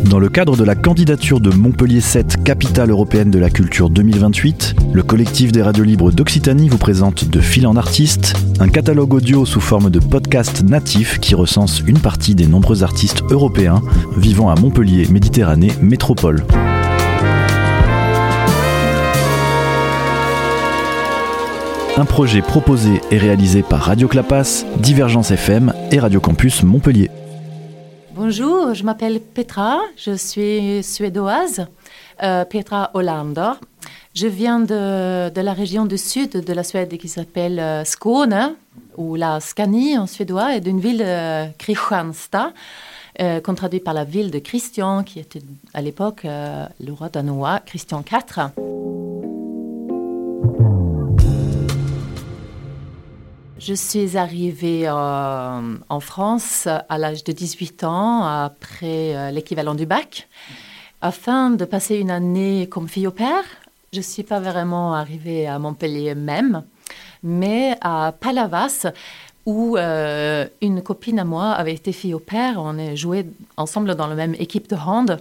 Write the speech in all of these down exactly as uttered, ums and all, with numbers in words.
Dans le cadre de la candidature de Montpellier sept Capitale européenne de la culture deux mille vingt-huit, le collectif des radios libres d'Occitanie vous présente De fil en artiste, un catalogue audio sous forme de podcast natif qui recense une partie des nombreux artistes européens vivant à Montpellier, Méditerranée, métropole. Un projet proposé et réalisé par Radio Clapas, Divergence F M et Radio Campus Montpellier. Bonjour, je m'appelle Petra, je suis suédoise, euh, Petra Olander. Je viens de, de la région du sud de la Suède qui s'appelle euh, Skåne, ou la Scanie en suédois, et d'une ville euh, Kristianstad, euh, qu'on traduit par la ville de Christian, qui était à l'époque euh, le roi danois Christian quatre. Je suis arrivée euh, en France à l'âge de dix-huit ans, après euh, l'équivalent du bac, afin de passer une année comme fille au père. Je ne suis pas vraiment arrivée à Montpellier même, mais à Palavas, où euh, une copine à moi avait été fille au père. On a joué ensemble dans la même équipe de hand.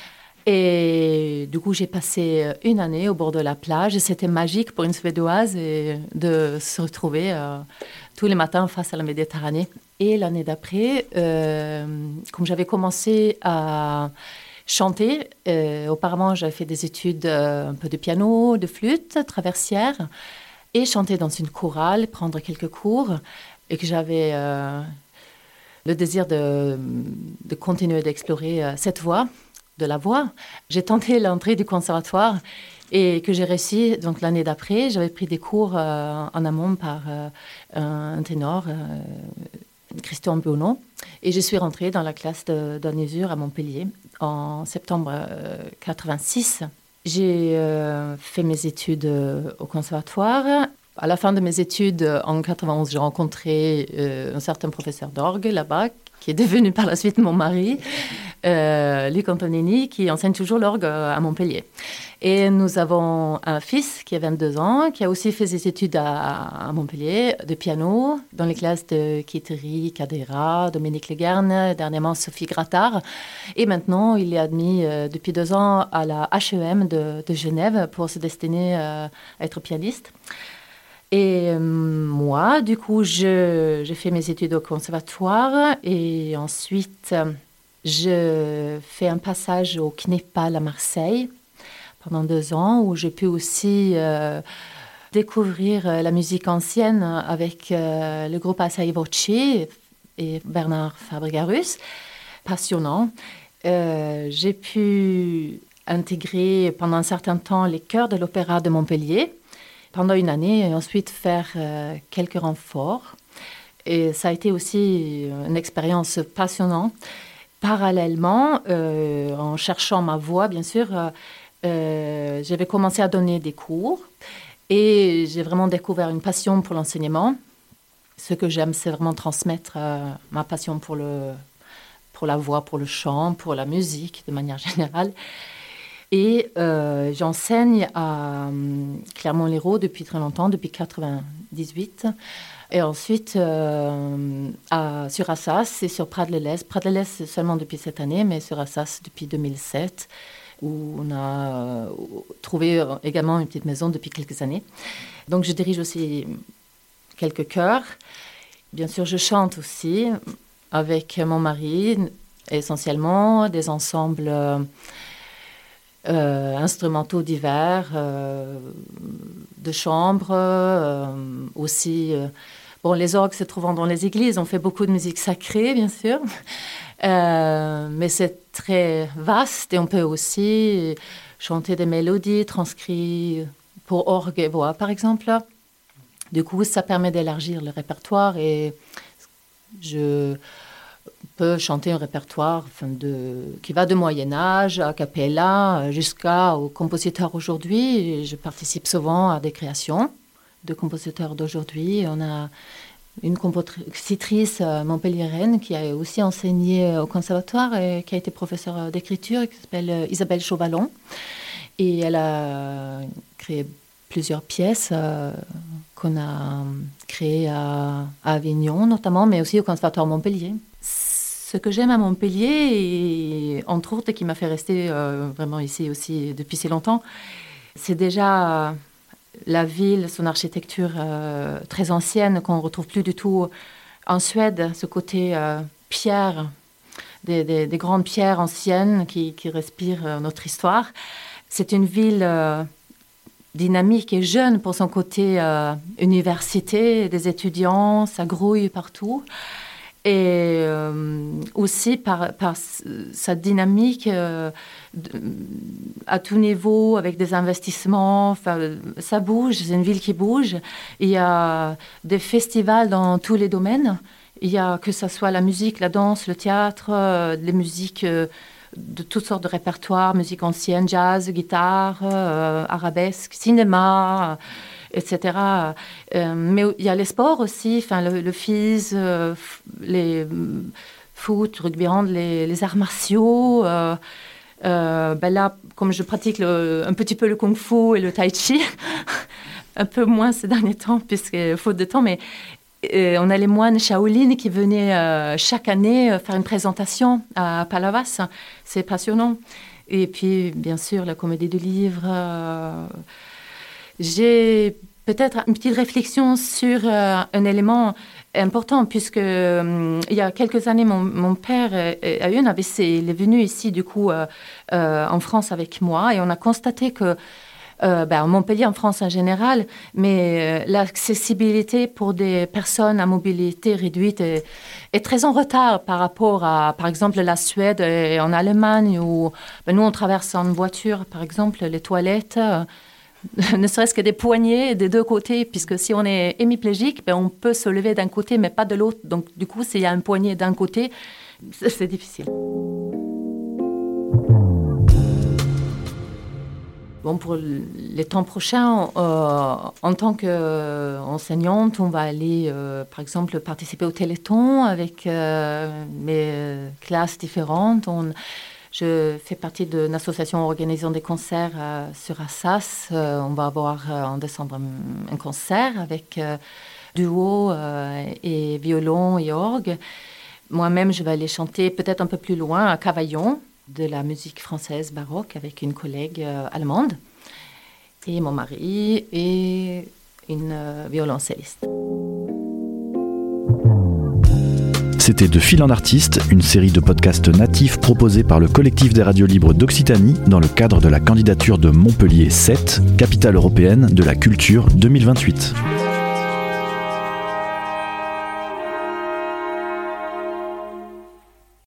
Et du coup, j'ai passé une année au bord de la plage. Et c'était magique pour une Suédoise et de se retrouver euh, tous les matins face à la Méditerranée. Et l'année d'après, euh, comme j'avais commencé à chanter, euh, auparavant, j'avais fait des études euh, un peu de piano, de flûte, traversière, et chanter dans une chorale, prendre quelques cours, et que j'avais euh, le désir de, de continuer d'explorer euh, cette voie. de la voix. J'ai tenté l'entrée du conservatoire et que j'ai réussi donc l'année d'après. J'avais pris des cours euh, en amont par euh, un ténor, euh, Christian Buono, et je suis rentrée dans la classe de, d'Anne Usure à Montpellier en septembre euh, quatre-vingt-six. J'ai euh, fait mes études euh, au conservatoire. À la fin de mes études, en quatre-vingt-onze, j'ai rencontré euh, un certain professeur d'orgue là-bas, qui est devenu par la suite mon mari, euh, Luc Antonini, qui enseigne toujours l'orgue à Montpellier. Et nous avons un fils qui a vingt-deux ans, qui a aussi fait ses études à, à Montpellier, de piano, dans les classes de Kiteri, Cadera, Dominique Legarne, dernièrement Sophie Grattard. Et maintenant, il est admis euh, depuis deux ans à la H E M de, de Genève pour se destiner euh, à être pianiste. Et euh, moi, du coup, je, j'ai fait mes études au conservatoire et ensuite, euh, je fais un passage au Knépal à Marseille pendant deux ans où j'ai pu aussi euh, découvrir euh, la musique ancienne avec euh, le groupe Assai Voce et Bernard Fabregarus. Passionnant. Euh, j'ai pu intégrer pendant un certain temps les chœurs de l'Opéra de Montpellier pendant une année et ensuite faire euh, quelques renforts. Et ça a été aussi une expérience passionnante. Parallèlement, euh, en cherchant ma voie, bien sûr, euh, euh, j'avais commencé à donner des cours et j'ai vraiment découvert une passion pour l'enseignement. Ce que j'aime, c'est vraiment transmettre euh, ma passion pour, le, pour la voix, pour le chant, pour la musique de manière générale. Et euh, j'enseigne à euh, Clermont-Lérault depuis très longtemps, depuis quatre-vingt-dix-huit. Et ensuite, euh, à, sur Assas et sur Prades-les-Lez. Prades-les-Lez seulement depuis cette année, mais sur Assas depuis deux mille sept, où on a euh, trouvé également une petite maison depuis quelques années. Donc, je dirige aussi quelques chœurs. Bien sûr, je chante aussi avec mon mari, essentiellement des ensembles Euh, Euh, instrumentaux divers, euh, de chambre, euh, aussi. Euh, bon, les orgues se trouvant dans les églises, on fait beaucoup de musique sacrée, bien sûr, euh, mais c'est très vaste et on peut aussi chanter des mélodies transcrites pour orgue et voix, par exemple. Du coup, ça permet d'élargir le répertoire et je peut chanter un répertoire enfin, de, qui va de Moyen-Âge à cappella jusqu'aux compositeurs aujourd'hui. Je participe souvent à des créations de compositeurs d'aujourd'hui. On a une compositrice montpelliéraine qui a aussi enseigné au conservatoire et qui a été professeure d'écriture, qui s'appelle Isabelle Chauvalon. Et elle a créé plusieurs pièces euh, qu'on a créées à, à Avignon notamment, mais aussi au conservatoire Montpellier. Ce ce que j'aime à Montpellier, et entre autres, qui m'a fait rester euh, vraiment ici aussi depuis si longtemps, c'est déjà euh, la ville, son architecture euh, très ancienne qu'on ne retrouve plus du tout en Suède, ce côté euh, pierre, des, des, des grandes pierres anciennes qui, qui respirent euh, notre histoire. C'est une ville euh, dynamique et jeune pour son côté euh, université, des étudiants, ça grouille partout. Et euh, aussi par, par sa dynamique euh, à tout niveau, avec des investissements. Enfin, ça bouge, c'est une ville qui bouge. Il y a des festivals dans tous les domaines. Il y a que ce soit la musique, la danse, le théâtre, euh, les musiques euh, de toutes sortes de répertoires, musique ancienne, jazz, guitare, euh, arabesque, cinéma, et cetera. Euh, mais il y a les sports aussi, enfin, le, le F I S, euh, les foot, rugby hand, les, les arts martiaux. Euh, euh, ben là, comme je pratique le, un petit peu le kung-fu et le tai chi, un peu moins ces derniers temps, puisque faute de temps, mais euh, on a les moines Shaolin qui venaient euh, chaque année euh, faire une présentation à Palavas. C'est passionnant. Et puis, bien sûr, la comédie du livre. Euh, J'ai peut-être une petite réflexion sur euh, un élément important, puisque euh, il y a quelques années, mon, mon père a, a eu un A V C. Il est venu ici, du coup, euh, euh, en France avec moi, et on a constaté que, euh, ben, Montpellier, en France en général, mais euh, l'accessibilité pour des personnes à mobilité réduite est, est très en retard par rapport à, par exemple, la Suède et en Allemagne, où ben, nous, on traverse en voiture, par exemple, les toilettes, euh, ne serait-ce que des poignées des deux côtés, puisque si on est hémiplégique, ben on peut se lever d'un côté, mais pas de l'autre. Donc, du coup, s'il y a un poignet d'un côté, c'est, c'est difficile. Bon, pour les temps prochains, euh, en tant qu'enseignante, on va aller, euh, par exemple, participer au Téléthon avec euh, mes classes différentes. On... Je fais partie d'une association organisant des concerts euh, sur Assas. Euh, on va avoir euh, en décembre un, un concert avec euh, duo euh, et violon et orgue. Moi-même, je vais aller chanter peut-être un peu plus loin à Cavaillon, de la musique française baroque avec une collègue euh, allemande et mon mari et une euh, violoncelliste. C'était De Fil en Artiste, une série de podcasts natifs proposés par le collectif des radios libres d'Occitanie dans le cadre de la candidature de Montpellier sept, capitale européenne de la culture deux mille vingt-huit.